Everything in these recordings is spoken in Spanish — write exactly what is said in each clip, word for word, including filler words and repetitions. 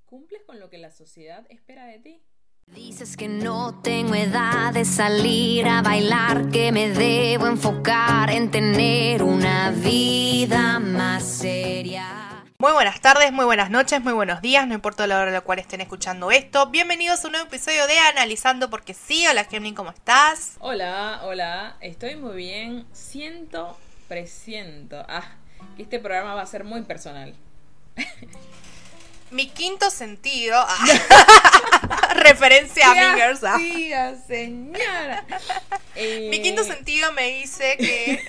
¿Cumples con lo que la sociedad espera de ti? Dices que no tengo edad de salir a bailar, que me debo enfocar en tener una vida más seria. Muy buenas tardes, muy buenas noches, muy buenos días, no importa la hora en la cual estén escuchando esto. Bienvenidos a un nuevo episodio de Analizando Porque Sí. Hola Gemini, ¿cómo estás? Hola, hola, estoy muy bien. Siento, presiento, ah, que este programa va a ser muy personal. Mi quinto sentido, ah, referencia a Mingers. Ah. Siga, señora. Eh, Mi quinto sentido me dice que...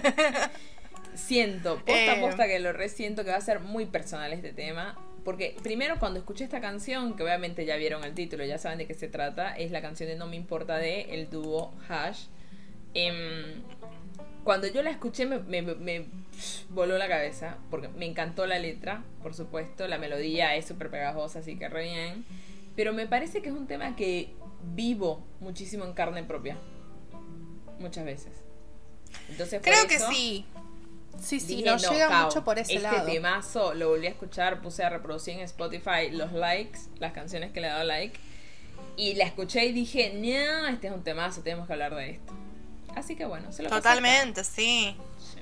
Siento, posta Eh. posta que lo resiento que va a ser muy personal este tema. Porque primero cuando escuché esta canción, que obviamente ya vieron el título, ya saben de qué se trata, es la canción de No Me Importa de el dúo Hash. Eh, cuando yo la escuché me, me, me voló la cabeza, porque me encantó la letra, por supuesto, la melodía es súper pegajosa, así que re bien. Pero me parece que es un tema que vivo muchísimo en carne propia, muchas veces. Entonces, por Creo que eso, sí. Sí, sí, dije, nos no, llega Cao, mucho por ese este lado. temazo lo volví a escuchar, puse a reproducir en Spotify los likes, las canciones que le he dado like, y la escuché y dije, no, este es un temazo, tenemos que hablar de esto. Así que bueno, se lo pasé Totalmente, sí. acá. Sí.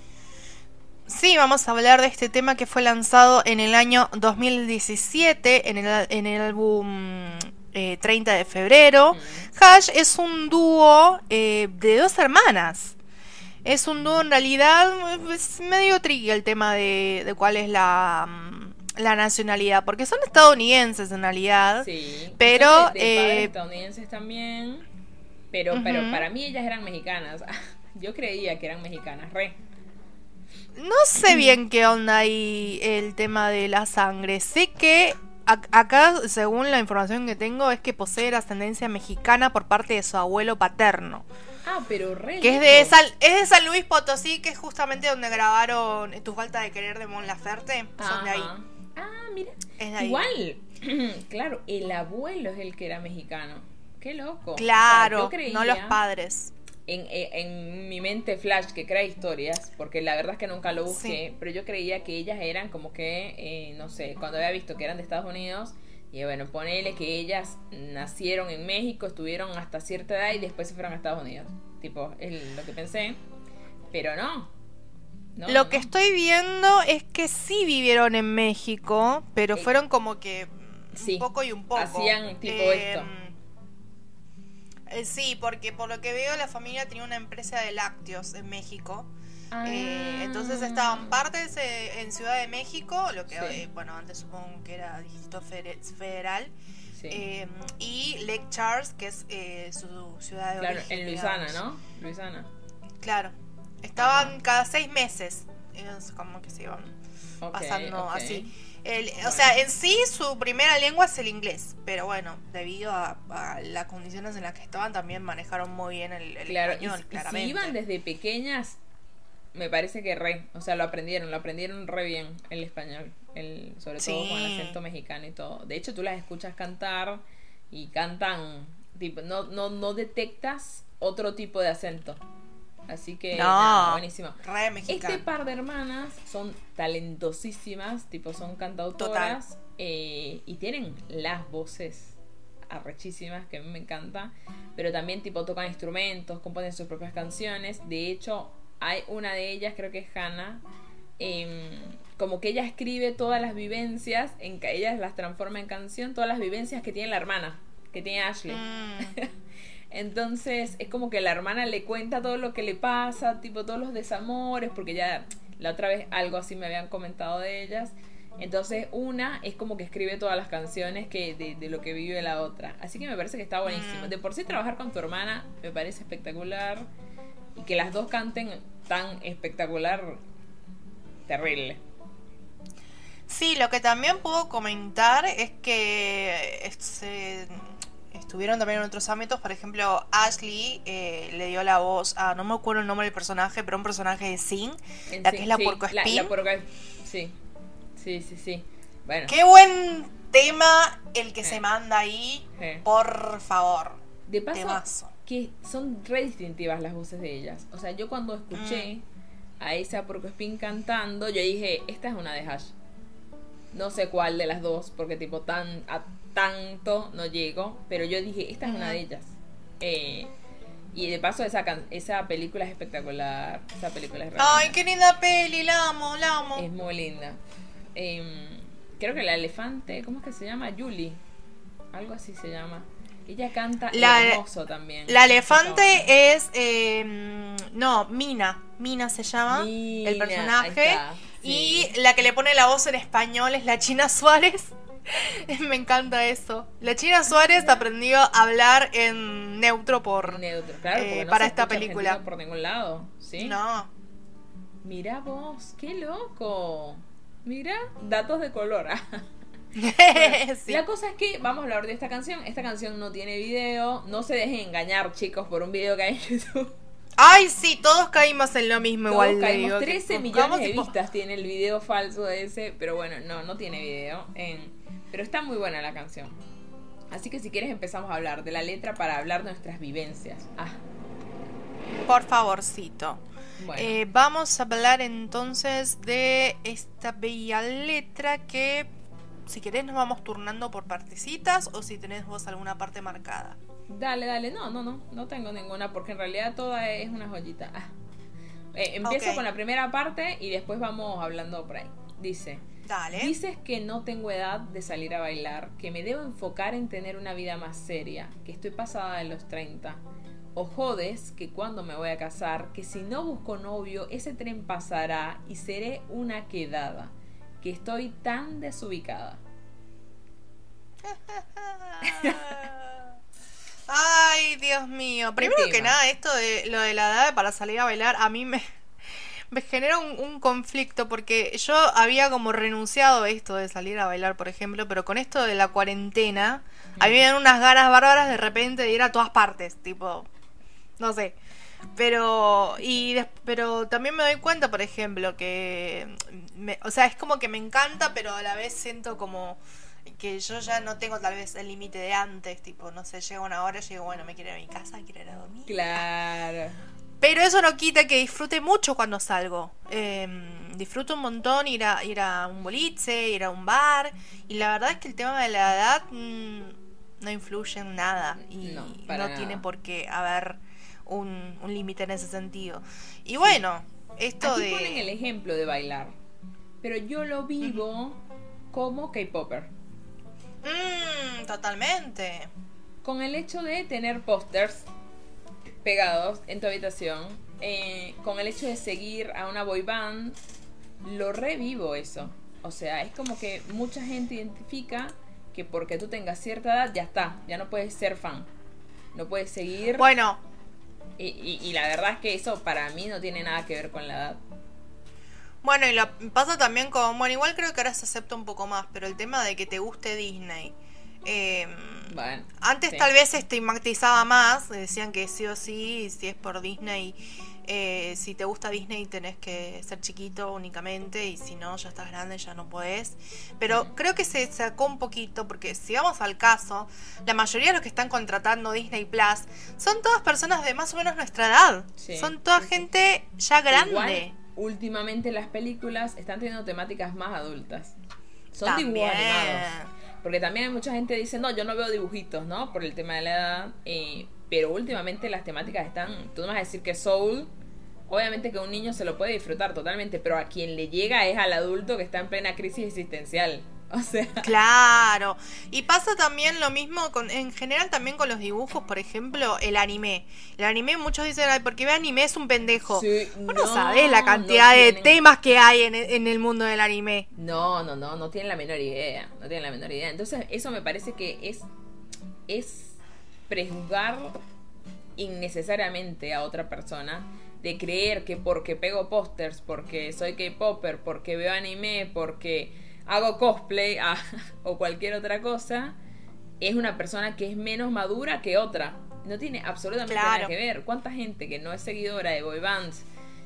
Sí, vamos a hablar de este tema que fue lanzado en el año dos mil diecisiete en el, en el álbum eh, treinta de febrero. Mm. Hash es un dúo eh, de dos hermanas. Es un dúo en realidad, es medio tricky el tema de, de cuál es la, mm, la nacionalidad, porque son estadounidenses en realidad. Sí, Pero, son de, de eh, padres estadounidenses también, pero, Ujú. pero para mí ellas eran mexicanas. Yo creía que eran mexicanas, re. No sé bien qué onda ahí el tema de la sangre. Sé que a- acá, según la información que tengo, es que posee ascendencia mexicana por parte de su abuelo paterno. Ah, pero re Que es de, lejos. San, es de San Luis Potosí, que es justamente donde grabaron Tu falta de querer de Mon Laferte. Son de ahí. Ajá. Ah, mira. Es de ahí. Igual, claro, el abuelo es el que era mexicano. Qué loco. Claro, O sea, yo creía, no los padres. En, en, en mi mente flash que crea historias, porque la verdad es que nunca lo busqué, Sí. pero yo creía que ellas eran como que, eh, no sé, cuando había visto que eran de Estados Unidos, y bueno, ponele que ellas nacieron en México, estuvieron hasta cierta edad y después se fueron a Estados Unidos. Tipo, es lo que pensé, pero no. No, Lo no. que estoy viendo es que sí vivieron en México, pero Eh, fueron como que un sí, poco y un poco. hacían tipo Eh, esto. eh, sí, porque por lo que veo la familia tenía una empresa de lácteos en México. Eh, entonces estaban partes eh, en Ciudad de México, lo que Sí. eh, bueno, antes supongo que era Distrito Fede- Federal, Sí. eh, y Lake Charles, que es eh, su ciudad de Claro, origen. en Luisiana, digamos. ¿no? Luisiana. Claro. Estaban Ajá. cada seis meses. Es como que se iban Ok, pasando ok. así. El- Bueno. O sea, en sí su primera lengua es el inglés, pero bueno, debido a, a las condiciones en las que estaban también manejaron muy bien el, el Claro, y español, si- y claramente. si iban desde pequeñas, me parece que re, o sea, lo aprendieron, lo aprendieron re bien el español, el, sobre todo Sí. con el acento mexicano y todo. De hecho, tú las escuchas cantar y cantan, tipo, no, no, no detectas otro tipo de acento. Así que, No, nada, buenísimo. re mexicano. Este par de hermanas son talentosísimas, tipo son cantautoras eh, y tienen las voces arrechísimas que a mí me encanta, pero también tipo tocan instrumentos, componen sus propias canciones. De hecho, hay una de ellas, creo que es Hannah, eh, como que ella escribe todas las vivencias, en que ella las transforma en canción, todas las vivencias que tiene la hermana, que tiene Ashley. Mm, Entonces es como que la hermana le cuenta todo lo que le pasa, tipo todos los desamores, porque ya la otra vez algo así me habían comentado de ellas. Entonces una es como que escribe todas las canciones que de, de lo que vive la otra. Así que me parece que está buenísimo. Mm. De por sí trabajar con tu hermana me parece espectacular. Y que las dos canten tan espectacular, terrible. Sí, lo que también puedo comentar es que eh, se estuvieron también en otros ámbitos. Por ejemplo, Ashley eh, le dio la voz a, no me acuerdo el nombre del personaje, pero un personaje de Sing, En la sí, que es la sí, puercoespín. La, la puerco- sí, sí, sí, sí. Bueno. Qué buen tema el que Eh. se manda ahí, Eh. por favor. De paso, Temazo. que son re distintivas las voces de ellas. O sea, yo cuando escuché Mm. a esa Porcospin cantando, yo dije, esta es una de Hash. No sé cuál de las dos, porque tipo tan a tanto no llego, pero yo dije, esta es una de ellas. Eh, y de paso esa can esa película es espectacular. Esa película es realmente... Ay, qué linda peli, la amo, la amo. Es muy linda. Eh, creo que la elefante, ¿cómo es que se llama? Julie. Algo así se llama. Ella canta la, hermoso también. La elefante es... Eh, no, Mina. Mina se llama Mina, el personaje. Sí. Y la que le pone la voz en español es la China Suárez. Me encanta eso. La China Suárez aprendió a hablar en neutro por neutro, claro, eh, no para se esta película. Por ningún lado, ¿sí? No. Mira vos, qué loco. Mira, datos de color. Bueno, sí. La cosa es que vamos a hablar de esta canción. Esta canción no tiene video. No se dejen engañar, chicos, por un video que hay en YouTube. Ay, sí, todos caímos en lo mismo. Todos igual caímos. digo, trece millones de vistas tiene el video falso de ese. Pero bueno, no, no tiene video. En... Pero está muy buena la canción. Así que si quieres empezamos a hablar de la letra para hablar de nuestras vivencias. Ah. Por favorcito. Bueno. Eh, vamos a hablar entonces de esta bella letra que, si querés, nos vamos turnando por partecitas o si tenés vos alguna parte marcada. Dale, dale. No, no, no. No tengo ninguna porque en realidad toda es una joyita. Ah. Eh, empiezo Okay. con la primera parte y después vamos hablando por ahí. Dice... Dale. Dices que no tengo edad de salir a bailar, que me debo enfocar en tener una vida más seria, que estoy pasada de los treinta. O jodes que cuando me voy a casar, que si no busco novio, ese tren pasará y seré una quedada, que estoy tan desubicada. Ay, Dios mío. Primero que nada, esto de lo de la edad para salir a bailar, a mí me... me genera un, un conflicto porque yo había como renunciado a esto de salir a bailar, por ejemplo, pero con esto de la cuarentena, mm. a mí me dan unas ganas bárbaras de repente de ir a todas partes, tipo, no sé. Pero y des, pero también me doy cuenta, por ejemplo, que, me, o sea, es como que me encanta, pero a la vez siento como que yo ya no tengo tal vez el límite de antes, tipo, no sé, llega una hora y digo, bueno, me quiero ir a mi casa, quiero ir a dormir. Claro. Pero eso no quita que disfrute mucho cuando salgo. Eh, disfruto un montón ir a, ir a un boliche, ir a un bar. Y la verdad es que el tema de la edad mmm, no influye en nada. Y no, no nada. tiene por qué haber un, un límite en ese sentido. Y bueno, esto Aquí de... ponen el ejemplo de bailar. Pero yo lo vivo uh-huh. como K-popper. Mmm, totalmente. Con el hecho de tener pósters pegados en tu habitación, eh, con el hecho de seguir a una boy band, lo revivo eso. O sea, es como que mucha gente identifica que porque tú tengas cierta edad ya está, ya no puedes ser fan, no puedes seguir. Bueno. Y, y, y la verdad es que eso para mí no tiene nada que ver con la edad. Bueno, y lo pasa también con... Bueno, igual creo que ahora se acepta un poco más, pero el tema de que te guste Disney... Eh, bueno, antes sí. tal vez se estigmatizaba más, decían que sí o sí, si es por Disney, eh, si te gusta Disney tenés que ser chiquito únicamente y si no ya estás grande ya no podés, pero uh-huh. creo que se sacó un poquito porque si vamos al caso, la mayoría de los que están contratando Disney Plus son todas personas de más o menos nuestra edad, sí, son toda sí, gente sí. ya grande. Igual, últimamente las películas están teniendo temáticas más adultas, son También. dibujos animados. Porque también hay mucha gente que dice, no, yo no veo dibujitos, ¿no? Por el tema de la edad. Eh, pero últimamente las temáticas están... Tú no vas a decir que Soul... Obviamente que un niño se lo puede disfrutar totalmente, pero a quien le llega es al adulto que está en plena crisis existencial. O sea... Claro. Y pasa también lo mismo con, en general también con los dibujos, por ejemplo, el anime. El anime, muchos dicen, ay, porque ve anime es un pendejo. Sí, Vos no, no sabés la cantidad no de tienen... temas que hay en, en el mundo del anime. No, no, no, no tienen la menor idea. No tienen la menor idea. Entonces, eso me parece que es, es prejuzgar innecesariamente a otra persona, de creer que porque pego pósters, porque soy K-popper, porque veo anime, porque hago cosplay a, o cualquier otra cosa, es una persona que es menos madura que otra. No tiene absolutamente claro. nada que ver. ¿Cuánta gente que no es seguidora de boy bands,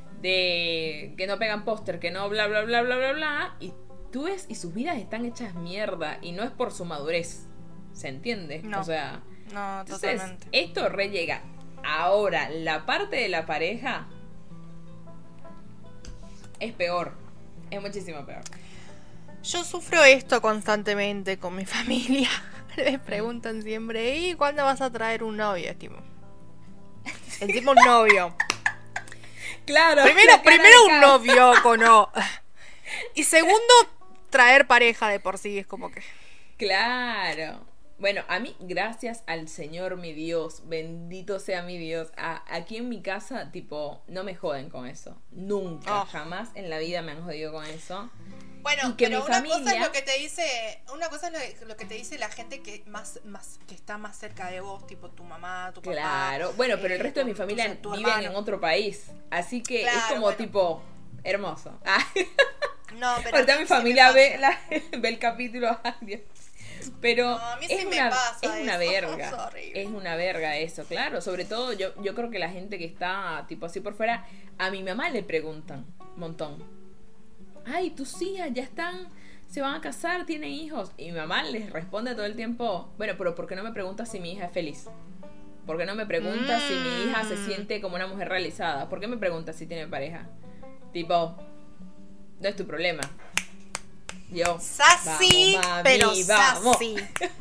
de que no pegan póster, que no bla bla bla bla bla bla, y tú ves y sus vidas están hechas mierda y no es por su madurez, ¿se entiende? No, o sea, no, entonces, totalmente. Esto re llega. Ahora, la parte de la pareja es peor, es muchísimo peor. Yo sufro esto constantemente con mi familia. Me preguntan siempre, ¿y cuándo vas a traer un novio? Tipo, encima un novio. Claro. Primero, primero un novio con O. Y segundo, traer pareja de por sí. Es como que... Claro. Bueno, a mí, gracias al Señor mi Dios, bendito sea mi Dios, a, aquí en mi casa, tipo, no me joden con eso. Nunca, Oh. jamás en la vida me han jodido con eso. Bueno, Y que pero mi una familia... cosa es lo que te dice, una cosa es lo que, lo que te dice la gente que más, más, que está más cerca de vos, tipo tu mamá, tu papá. Claro, bueno, pero el eh, resto de mi tu- familia tu viven hermano. en otro país, así que es Claro, como bueno. tipo hermoso. Ah. No, pero Ahorita a mí mi sí me familia pasa. ve, la, ve el capítulo, ay, Dios. Pero No, a mí sí es, me una, pasa es una eso, verga, es horrible. es una verga eso, claro, sobre todo yo, yo creo que la gente que está tipo así por fuera, a mi mamá le preguntan un montón, ay, tus hijas ya están, se van a casar, tienen hijos, y mi mamá les responde todo el tiempo, bueno, pero ¿por qué no me preguntas si mi hija es feliz? ¿Por qué no me preguntas mm. si mi hija se siente como una mujer realizada? ¿Por qué me preguntas si tiene pareja? Tipo, no es tu problema. Yo, Sassy, vamos, mami, pero vamos. sassy.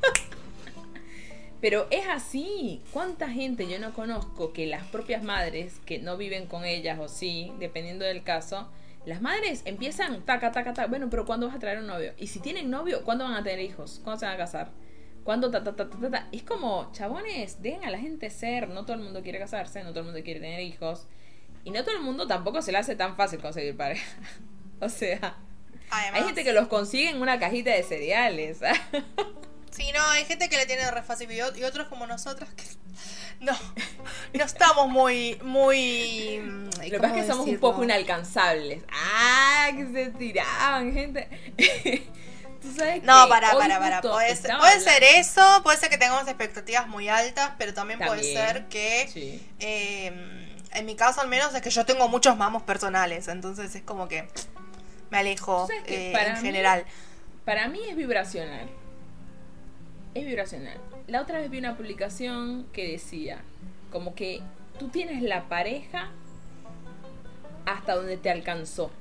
Pero es así. ¿Cuánta gente yo no conozco que las propias madres, que no viven con ellas o sí, dependiendo del caso, las madres empiezan taca, taca, taca. Bueno, pero ¿cuándo vas a traer un novio? Y si tienen novio, ¿cuándo van a tener hijos? ¿Cuándo se van a casar? ¿Cuándo ta, ta, ta, ta, ta, ta? Es como, chabones, dejen a la gente ser. No todo el mundo quiere casarse, no todo el mundo quiere tener hijos. Y no todo el mundo tampoco se le hace tan fácil conseguir pareja. O sea... Además, hay gente que los consigue en una cajita de cereales. Sí, no, hay gente que le tiene re fácil y otros como nosotros que no, no estamos muy, muy... Lo que pasa es que somos un poco inalcanzables. Ah, que se tiraban, gente. ¿Tú sabes no, que para, hoy para, para. justo Puede, estaba puede hablando- ser eso, puede ser que tengamos expectativas muy altas, pero también, puede También, ser que... sí. eh, en mi caso al menos es que yo tengo muchos mamos personales, entonces es como que me alejo ¿Tú sabes que eh, para en mí- general. Para mí es vibracional. Es vibracional. La otra vez vi una publicación que decía, como que tú tienes la pareja hasta donde te alcanzó.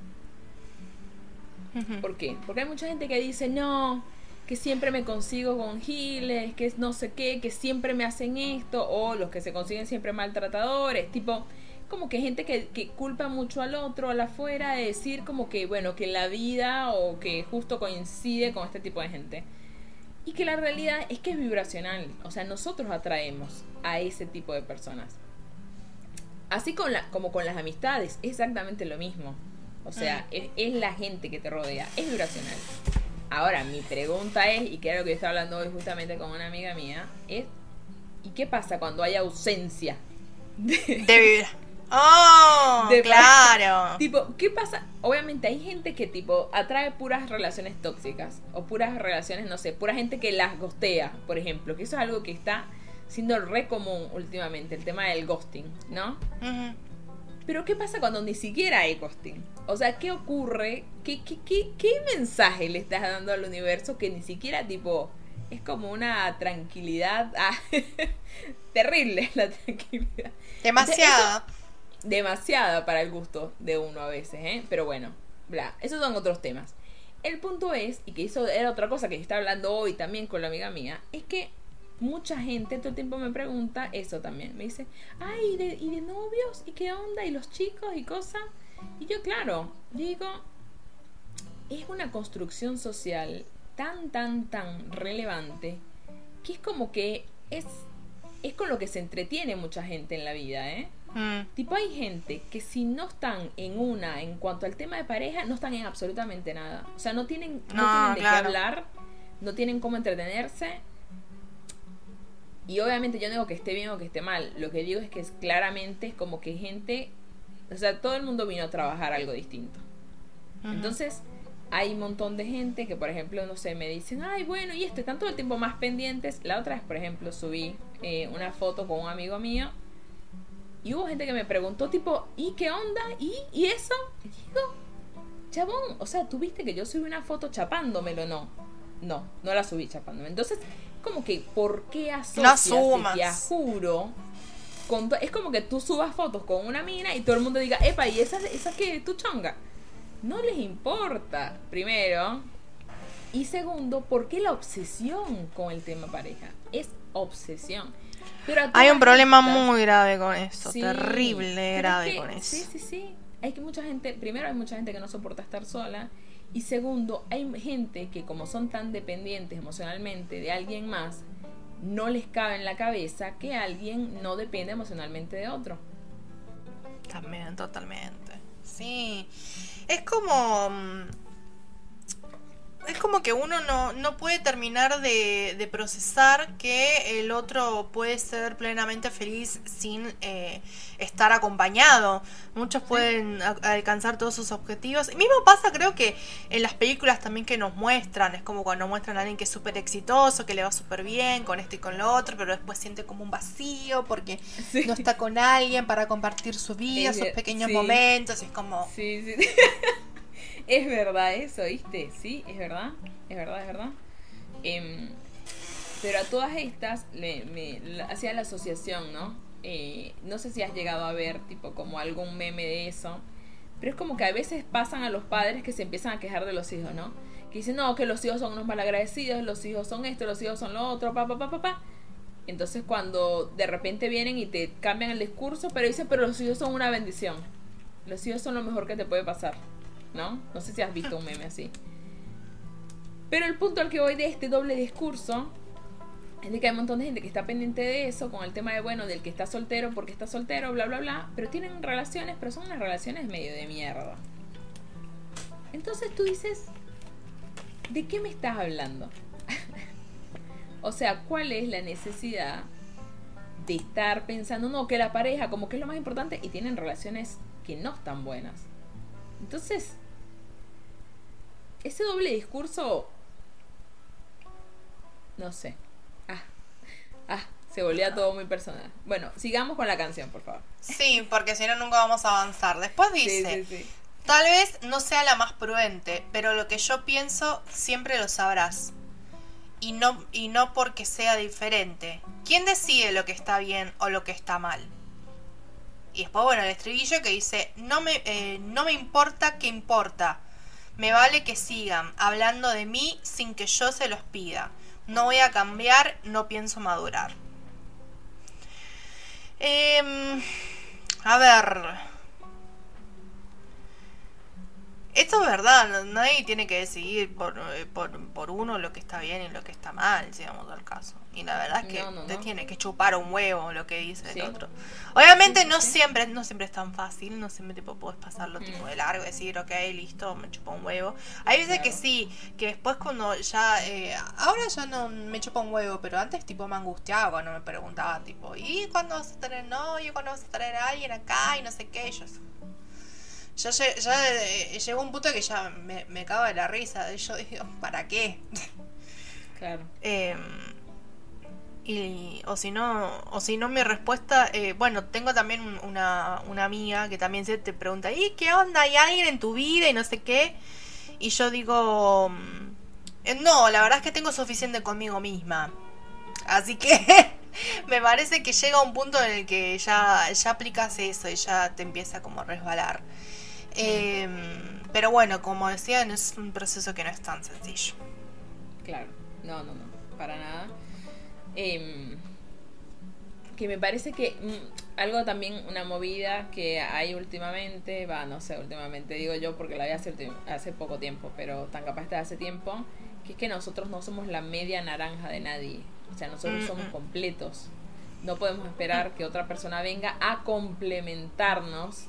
Ujú. ¿Por qué? Porque hay mucha gente que dice, no, que siempre me consigo con giles, que no sé qué, que siempre me hacen esto, o los que se consiguen siempre maltratadores, tipo, como que gente que, que culpa mucho al otro, al afuera, de decir como que, bueno, que la vida o que justo coincide con este tipo de gente. Y que la realidad es que es vibracional, o sea, nosotros atraemos a ese tipo de personas. Así con la, como con las amistades, es exactamente lo mismo. O sea, Mm. es, es la gente que te rodea, es vibracional. Ahora, mi pregunta es, y que era lo que yo estaba hablando hoy justamente con una amiga mía, es, ¿y qué pasa cuando hay ausencia? De, De vibra. ¡Oh! de claro. Tipo, ¿qué pasa? Obviamente hay gente que tipo atrae puras relaciones tóxicas o puras relaciones, no sé, pura gente que las gostea, por ejemplo, que eso es algo que está siendo re común últimamente, el tema del ghosting, ¿no? Ujú. Pero ¿qué pasa cuando ni siquiera hay ghosting? O sea, ¿qué ocurre? ¿Qué, qué, qué, qué mensaje le estás dando al universo que ni siquiera tipo es como una tranquilidad ah, terrible la tranquilidad? Demasiado. Eso- demasiada para el gusto de uno a veces, ¿eh? Pero bueno, bla, esos son otros temas. El punto es, y que eso era otra cosa que está hablando hoy también con la amiga mía, es que mucha gente todo el tiempo me pregunta eso también. Me dice, ay, ¿y de, y de novios? ¿Y qué onda? ¿Y los chicos? ¿Y cosas? Y yo, claro, digo, es una construcción social tan, tan, tan relevante que es como que es, es con lo que se entretiene mucha gente en la vida, ¿eh? Mm. Tipo, hay gente que si no están en una, en cuanto al tema de pareja, no están en absolutamente nada. O sea, no tienen, no No, tienen de claro. qué hablar, no tienen cómo entretenerse. Y obviamente yo no digo que esté bien o que esté mal. Lo que digo es que es claramente es como que gente, o sea, todo el mundo vino a trabajar algo distinto. Ujú. Entonces, hay un montón de gente que, por ejemplo, no sé, me dicen, ay, bueno, y esto, están todo el tiempo más pendientes. La otra vez, por ejemplo, subí eh, una foto con un amigo mío y hubo gente que me preguntó, tipo, ¿y qué onda? ¿Y, ¿Y eso? Y digo, chabón, o sea, ¿tú viste que yo subí una foto chapándomelo? No, no, no la subí chapándome. Entonces, como que, ¿por qué asocias de asumas. que a juro? Con to- es como que tú subas fotos con una mina y todo el mundo diga, epa, ¿y esa, esa qué? ¿Tu chonga? No les importa, primero, Y segundo, ¿por qué la obsesión con el tema pareja? Es obsesión. Pero hay un problema estas, muy grave con eso, sí, terrible grave es que, con eso. Sí, sí, sí. Hay que mucha gente, primero hay mucha gente que no soporta estar sola. Y segundo, hay gente que como son tan dependientes emocionalmente de alguien más, no les cabe en la cabeza que alguien no depende emocionalmente de otro. También, totalmente. Sí. Es como... Es como que uno no, no puede terminar de, de procesar que el otro puede ser plenamente feliz sin eh, estar acompañado. Muchos pueden a, alcanzar todos sus objetivos. Y mismo pasa, creo que en las películas también que nos muestran. Es como cuando muestran a alguien que es súper exitoso, que le va súper bien con esto y con lo otro, pero después siente como un vacío porque sí. no está con alguien para compartir su vida, es, sus pequeños sí. momentos. Y es como... Sí, sí. Es verdad eso, ¿viste? Sí, es verdad, es verdad, es verdad. Eh, pero a todas estas le, me la, hacía la asociación, ¿no? Eh, no sé si has llegado a ver tipo como algún meme de eso, pero es como que a veces pasan a los padres que se empiezan a quejar de los hijos, ¿no? Que dicen, no, que los hijos son unos malagradecidos, los hijos son esto, los hijos son lo otro, pa, pa, pa, pa, pa. Entonces cuando de repente vienen y te cambian el discurso, pero dicen, pero los hijos son una bendición. Los hijos son lo mejor que te puede pasar. ¿No? No sé si has visto un meme así. Pero el punto al que voy de este doble discurso es de que hay un montón de gente que está pendiente de eso, con el tema de, bueno, del que está soltero porque está soltero, bla, bla, bla. Pero tienen relaciones, pero son unas relaciones medio de mierda. Entonces tú dices, ¿de qué me estás hablando? O sea, ¿cuál es la necesidad de estar pensando, no, que la pareja como que es lo más importante y tienen relaciones que no están buenas? Entonces, ese doble discurso, no sé. Ah, ah, se volvía todo muy personal. Bueno, sigamos con la canción, por favor. Sí, porque si no nunca vamos a avanzar. Después dice, sí, sí, sí. Tal vez no sea la más prudente, pero lo que yo pienso siempre lo sabrás. Y no, y no porque sea diferente. ¿Quién decide lo que está bien o lo que está mal? Y después, bueno, el estribillo que dice, no me, eh, no me importa qué importa. Me vale que sigan hablando de mí sin que yo se los pida. No voy a cambiar, no pienso madurar. Eh, a ver... Esto es verdad, nadie tiene que decidir por, por, por uno lo que está bien y lo que está mal, si vamos al caso. Y la verdad es que no, no, te no. tiene que chupar un huevo lo que dice sí. el otro. Obviamente sí, no sí. siempre no siempre es tan fácil, no siempre tipo puedes pasarlo mm. tipo de largo, decir, ok, listo, me chupa un huevo. Hay veces claro. que sí, que después cuando ya, eh, ahora ya no me chupa un huevo, pero antes tipo me angustiaba cuando me preguntaban tipo, ¿y cuándo vas a tener novio? ¿Cuándo vas a traer a alguien acá? Y no sé qué, y yo... Yo ya, ya eh, llegó un punto que ya me, me cago de la risa. Yo digo, ¿para qué? Claro. eh, y o si no, o si no mi respuesta, eh, bueno, tengo también una, una amiga que también se te pregunta, ¿y qué onda? ¿Hay alguien en tu vida? Y no sé qué. Y yo digo, no, la verdad es que tengo suficiente conmigo misma. Así que me parece que llega un punto en el que ya, ya aplicas eso y ya te empieza como a resbalar. Eh, pero bueno, como decían, es un proceso que no es tan sencillo. Claro, no, no, no, para nada. Eh, que me parece que mm, algo también, una movida que hay últimamente, va, no sé, últimamente digo yo porque la vi hace, hace poco tiempo, pero tan capaz de hace tiempo, que es que nosotros no somos la media naranja de nadie. O sea, nosotros mm-hmm. somos completos. No podemos esperar que otra persona venga a complementarnos.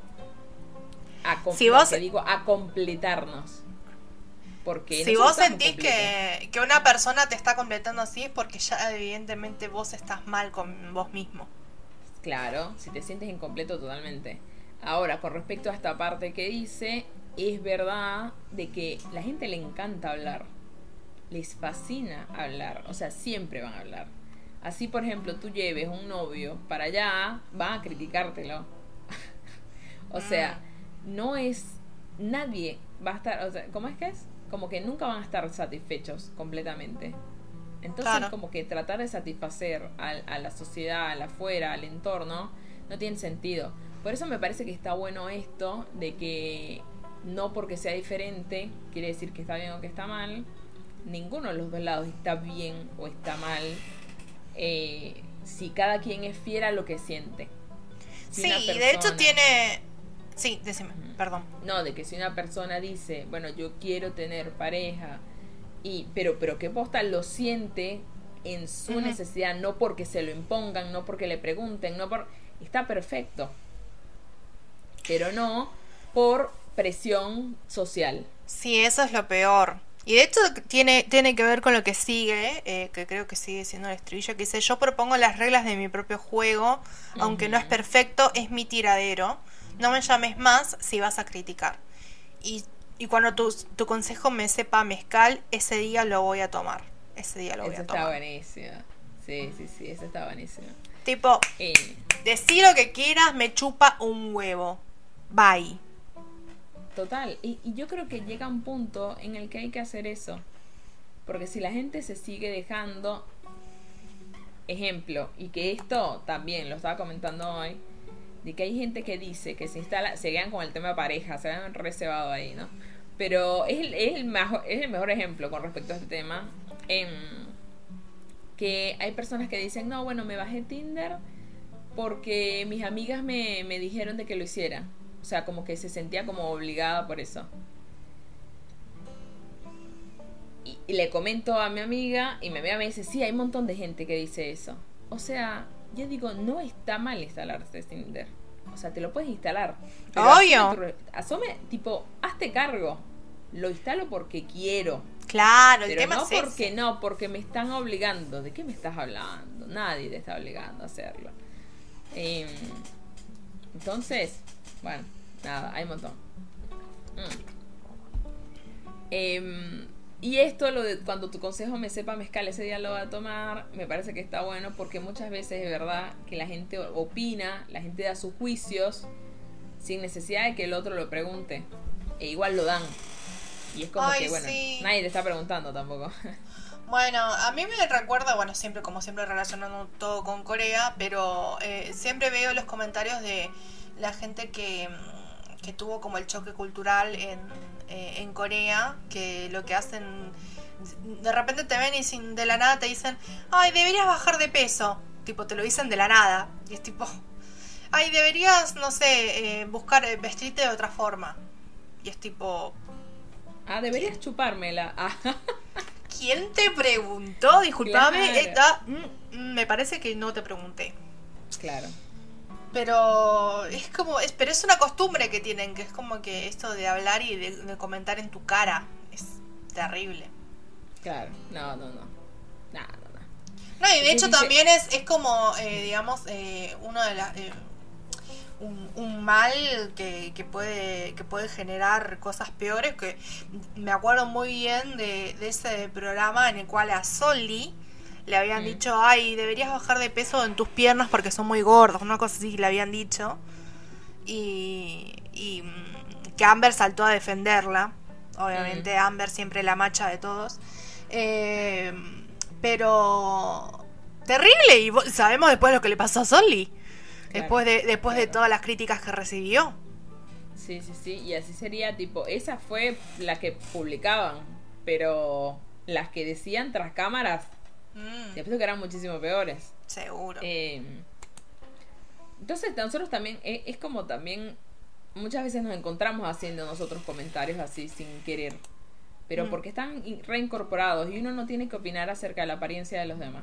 A, com- si vos, digo, a completarnos. Porque si vos sentís que, que una persona te está completando así es porque ya evidentemente vos estás mal con vos mismo. Claro, si te sientes incompleto totalmente. Ahora, con respecto a esta parte que dice, es verdad de que la gente le encanta hablar. Les fascina hablar. O sea, siempre van a hablar. Así, por ejemplo, tú lleves un novio para allá, van a criticártelo. O sea... Mm. No es, nadie va a estar, o sea, ¿cómo es que es? Como que nunca van a estar satisfechos completamente. Entonces, claro. como que tratar de satisfacer a, a la sociedad, al afuera, al entorno, no tiene sentido. Por eso me parece que está bueno esto de que no porque sea diferente quiere decir que está bien o que está mal, ninguno de los dos lados está bien o está mal, eh, si cada quien es fiel a lo que siente. Si sí, persona, de hecho tiene... Sí, decime, uh-huh. perdón. No, de que si una persona dice, bueno, yo quiero tener pareja, y pero, pero que posta lo siente en su uh-huh. necesidad, no porque se lo impongan, no porque le pregunten, no por... Está perfecto. Pero no por presión social. Sí, eso es lo peor. Y de hecho tiene, tiene que ver con lo que sigue, eh, que creo que sigue siendo el estribillo, que dice, yo propongo las reglas de mi propio juego, uh-huh. aunque no es perfecto, es mi tiradero. No me llames más si vas a criticar. Y, y cuando tu, tu consejo me sepa mezcal, ese día lo voy a tomar. Ese día lo voy Eso a tomar. Está buenísimo. Sí, sí, sí, eso está buenísimo. Tipo, eh. decí lo que quieras, me chupa un huevo. Bye. Total, y, y yo creo que llega un punto en el que hay que hacer eso. Porque si la gente se sigue dejando, ejemplo, y que esto también lo estaba comentando hoy, de que hay gente que dice que se instala, se quedan con el tema de pareja, se han reservado ahí, ¿no? Pero es el, es el, mejor, es el mejor ejemplo con respecto a este tema. Eh, que hay personas que dicen, no, bueno, me bajé Tinder porque mis amigas me, me dijeron de que lo hiciera. O sea, como que se sentía como obligada por eso. Y, y le comento a mi amiga, y mi amiga me dice, sí, hay un montón de gente que dice eso. O sea, yo digo, no está mal instalarse Tinder. O sea, te lo puedes instalar. Obvio. Asume, asume, tipo, hazte cargo. Lo instalo porque quiero. Claro, el pero tema no es porque ese. no, porque me están obligando. ¿De qué me estás hablando? Nadie te está obligando a hacerlo. Eh, entonces, bueno, nada, hay un montón. Mm. Eh, y esto, lo de cuando tu consejo me sepa mezcal, ese día lo va a tomar, me parece que está bueno porque muchas veces es verdad que la gente opina, la gente da sus juicios sin necesidad de que el otro lo pregunte. E igual lo dan. Y es como Ay, que, bueno, sí. nadie te está preguntando tampoco. Bueno, a mí me recuerda, bueno, siempre como siempre relacionando todo con Corea, pero eh, siempre veo los comentarios de la gente que, que tuvo como el choque cultural en, eh, en Corea, que lo que hacen, de repente te ven y sin, de la nada te dicen, ay, deberías bajar de peso, tipo, te lo dicen de la nada, y es tipo, ay, deberías, no sé, eh, buscar, eh, vestirte de otra forma, y es tipo... Ah, deberías chupármela. Ah. ¿Quién te preguntó? Disculpame, Claro. esta, mm, me parece que no te pregunté. Claro. Pero es como, es, pero es una costumbre que tienen, que es como que esto de hablar y de, de comentar en tu cara es terrible. Claro, no, no, no. Nada, no, no. No, y de Sí, hecho sí, también es, es como, eh, digamos, eh, uno de las... Eh, un, un mal que, que puede que puede generar cosas peores, que me acuerdo muy bien de, de ese programa en el cual a Soli le habían mm. dicho, ay, deberías bajar de peso en tus piernas porque son muy gordos, una cosa así le habían dicho, y, y que Amber saltó a defenderla, obviamente mm. Amber siempre la macha de todos, eh, pero terrible, y sabemos después lo que le pasó a Soli. Claro, después de después claro. de todas las críticas que recibió. Sí, sí, sí. Y así sería, tipo, esa fue la que publicaban, pero las que decían tras cámaras, mm. después que eran muchísimo peores. Seguro. Eh, entonces, nosotros también, es, es como también, muchas veces nos encontramos haciendo nosotros comentarios así sin querer, pero mm. porque están reincorporados y uno no tiene que opinar acerca de la apariencia de los demás.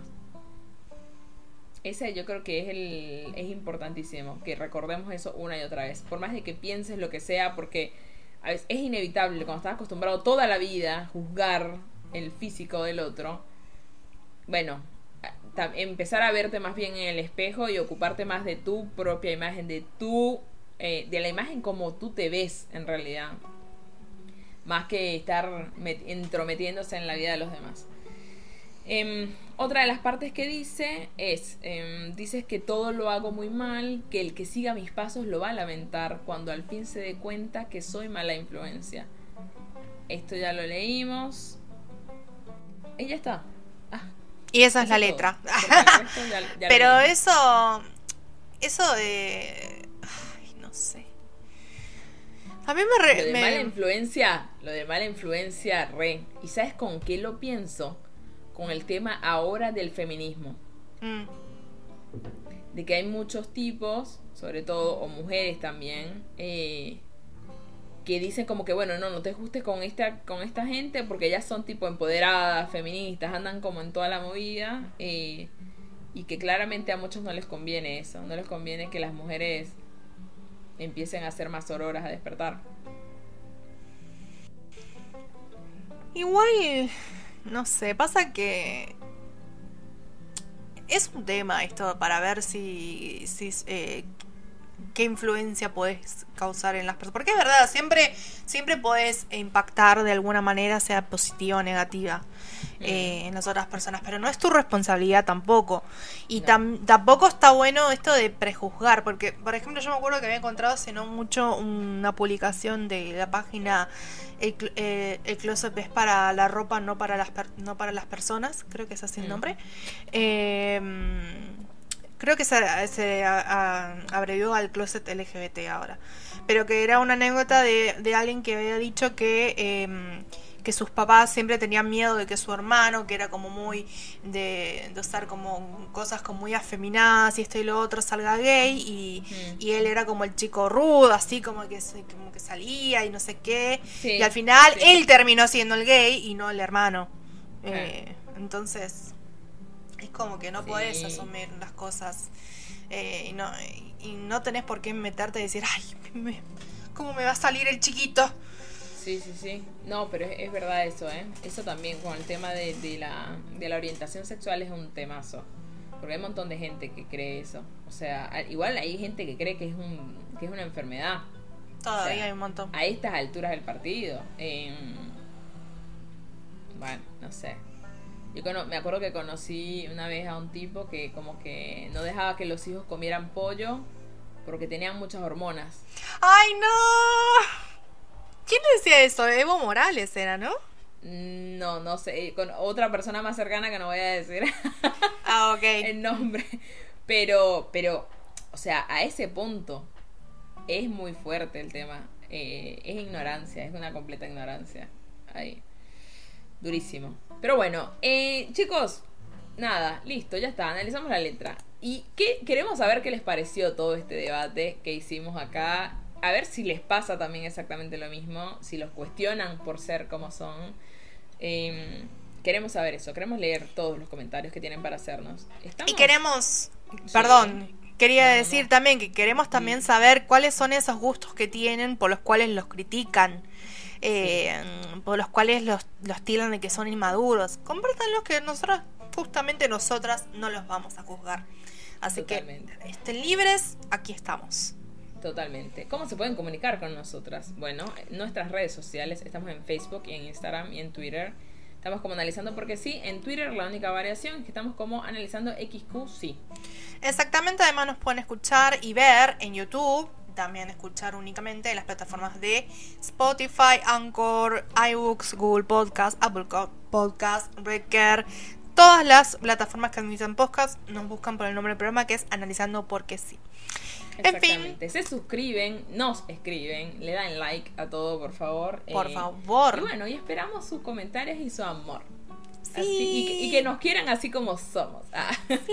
Ese yo creo que es el es importantísimo, que recordemos eso una y otra vez. Por más de que pienses lo que sea, porque a veces es inevitable, cuando estás acostumbrado toda la vida a juzgar el físico del otro, bueno, empezar a verte más bien en el espejo y ocuparte más de tu propia imagen, de tu, eh, de la imagen como tú te ves en realidad, más que estar met- entrometiéndose en la vida de los demás. Eh, otra de las partes que dice es, eh, dices que todo lo hago muy mal, que el que siga mis pasos lo va a lamentar cuando al fin se dé cuenta que soy mala influencia. Esto ya lo leímos. Y ya está. Ah, y esa es la letra. Ya, ya Pero eso, eso de... Ay, no sé. A mí me... Re, lo de me... mala influencia, lo de mala influencia, re. ¿Y sabes con qué lo pienso? Con el tema ahora del feminismo. Mm. De que hay muchos tipos, sobre todo, o mujeres también, eh, que dicen como que, bueno, no, no te justes con esta, con esta gente porque ellas son tipo empoderadas, feministas, andan como en toda la movida, eh, y que claramente a muchos no les conviene eso, no les conviene que las mujeres empiecen a ser más auroras, a despertar. Igual, no sé, pasa que es un tema esto para ver si, si eh, qué influencia podés causar en las personas. Porque es verdad, siempre, siempre podés impactar de alguna manera, sea positiva o negativa, mm. eh, en las otras personas. Pero no es tu responsabilidad tampoco. Y no. tam, tampoco está bueno esto de prejuzgar. Porque, por ejemplo, yo me acuerdo que había encontrado hace no mucho una publicación de la página El, eh, el closet es para la ropa, no para las, per, no para las personas. Creo que es así el nombre. Eh... Creo que se, se a, a, abrevió al closet L G B T ahora. Pero que era una anécdota de, de alguien que había dicho que, eh, que sus papás siempre tenían miedo de que su hermano, que era como muy de, de usar como cosas como muy afeminadas y esto y lo otro, salga gay. Y, mm. y él era como el chico rudo, así como que, como que salía y no sé qué. Sí, y al final sí. él terminó siendo el gay y no el hermano. Sí. Eh, entonces... Es como que no sí. podés asumir las cosas eh, y, no, y, y no tenés por qué meterte y decir, ay, me, ¿cómo me va a salir el chiquito? Sí, sí, sí. No, pero es, es verdad eso, ¿eh? Eso también con el tema de, de, la, de la orientación sexual es un temazo. Porque hay un montón de gente que cree eso. O sea, igual hay gente que cree que es, un, que es una enfermedad. Todavía o sea, hay un montón. A estas alturas del partido. Eh, bueno, no sé. Yo cono- me acuerdo que conocí una vez a un tipo que como que no dejaba que los hijos comieran pollo porque tenían muchas hormonas. ¡Ay, no! ¿Quién decía eso? Evo Morales era, ¿no? No, no sé. Con otra persona más cercana que no voy a decir ah, ok. el nombre. Pero, pero, o sea, a ese punto es muy fuerte el tema. Eh, es ignorancia, es una completa ignorancia. Ahí. Durísimo. Pero bueno, eh, chicos, nada, listo, ya está, analizamos la letra. Y qué, queremos saber qué les pareció todo este debate que hicimos acá. A ver si les pasa también exactamente lo mismo, si los cuestionan por ser como son. Eh, queremos saber eso, queremos leer todos los comentarios que tienen para hacernos. ¿Estamos? Y queremos, perdón, sí. quería no, decir no. también que queremos también sí. saber cuáles son esos gustos que tienen por los cuales los critican. Eh, sí. por los cuales los, los tildan de que son inmaduros. Compártanlos, que nosotros, justamente nosotras, no los vamos a juzgar. Así Totalmente. que estén libres, aquí estamos. Totalmente. ¿Cómo se pueden comunicar con nosotras? Bueno, en nuestras redes sociales, estamos en Facebook y en Instagram y en Twitter. Estamos como Analizando Porque Sí. En Twitter la única variación es que estamos como Analizando X Q Sí. Exactamente, además nos pueden escuchar y ver en YouTube. También escuchar únicamente en las plataformas de Spotify, Anchor, iBooks, Google Podcast, Apple Podcast, Breaker. Todas las plataformas que analizan podcast nos buscan por el nombre del programa, que es Analizando Porque Sí. Exactamente. En fin. Se suscriben, nos escriben, le dan like a todo, por favor. Por eh, favor. Y bueno, y esperamos sus comentarios y su amor. Sí. Así, y, que, y que nos quieran así como somos. Ah.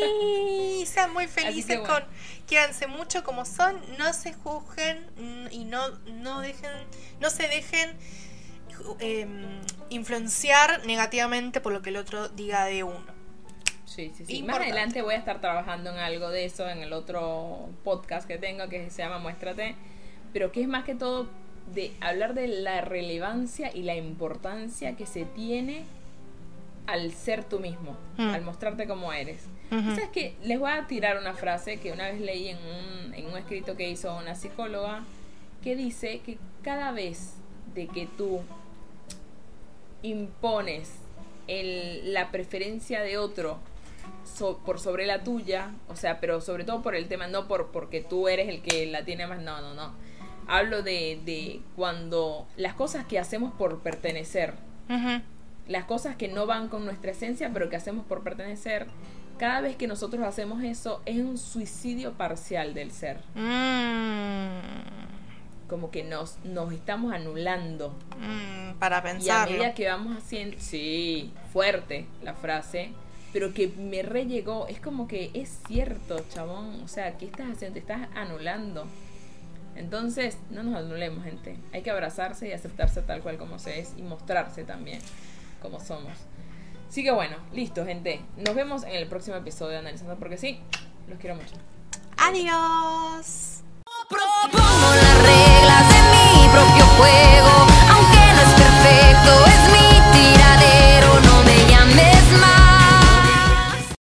Sí, sean muy felices bueno. con, quiéranse mucho como son, no se juzguen y no, no dejen, no se dejen eh, influenciar negativamente por lo que el otro diga de uno. Sí, sí, sí. Más adelante voy a estar trabajando en algo de eso en el otro podcast que tengo que se llama Muéstrate, pero que es más que todo de hablar de la relevancia y la importancia que se tiene al ser tú mismo, mm. al mostrarte como eres. Uh-huh. ¿Sabes qué? Les voy a tirar una frase que una vez leí en un, en un escrito que hizo una psicóloga que dice que cada vez de que tú impones el, la preferencia de otro so, por sobre la tuya, o sea, pero sobre todo por el tema, no por porque tú eres el que la tiene más, no, no, no. Hablo de, de cuando las cosas que hacemos por pertenecer, uh-huh. las cosas que no van con nuestra esencia, pero que hacemos por pertenecer, cada vez que nosotros hacemos eso, es un suicidio parcial del ser. Mm, como que nos, nos estamos anulando. Mm, para Y a pensarlo. medida que vamos haciendo, sí, fuerte la frase, pero que me re llegó, es como que es cierto, chabón, o sea, ¿qué estás haciendo? Te estás anulando. Entonces, no nos anulemos, gente. Hay que abrazarse y aceptarse tal cual como se es y mostrarse también como somos. Así que bueno, listo, gente. Nos vemos en el próximo episodio de Analizando Porque Sí. Los quiero mucho. Adiós. Propongo la